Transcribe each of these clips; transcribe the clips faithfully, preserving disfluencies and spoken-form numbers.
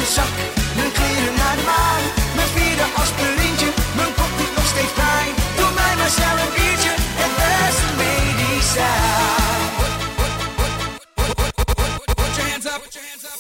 zak. Mijn kleren naar de maan, mijn vierde aspirintje. Mijn kop doet nog steeds pijn. Doe mij maar snel een biertje, het beste medicijn. Put your hands up, put your hands up.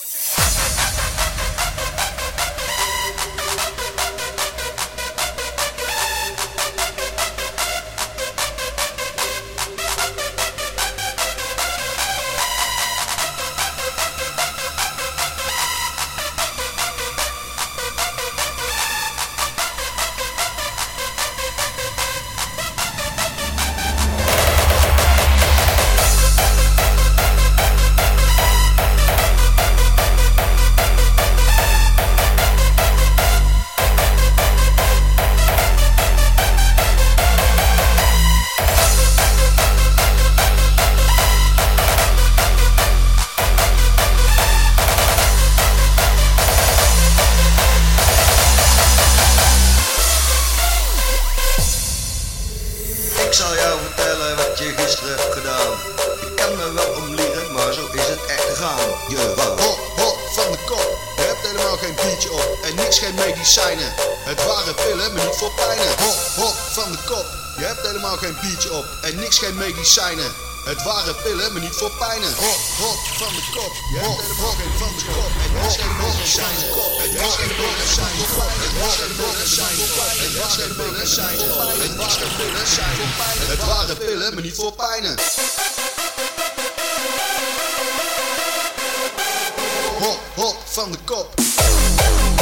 Ik zal jou vertellen wat je gisteren hebt gedaan. Je kan me wel omliegen, maar zo is het echt gegaan. Je wou hop, hop van de kop. Je hebt helemaal geen biertje op en niks geen medicijnen. Het waren pillen, maar niet voor pijnen. Hop, hop van de kop. Je hebt helemaal geen biertje op en niks geen medicijnen. Het waren pillen, maar niet voor pijnen. Hop, hop van de kop. Je hebt helemaal geen van de kop en niks geen medicijnen. Het was geen medicijnen. Het was geen medicijnen. Het was geen medicijnen. Het was geen medicijnen. Het waren pillen, maar niet voor pijnen. Hop, hop van de kop.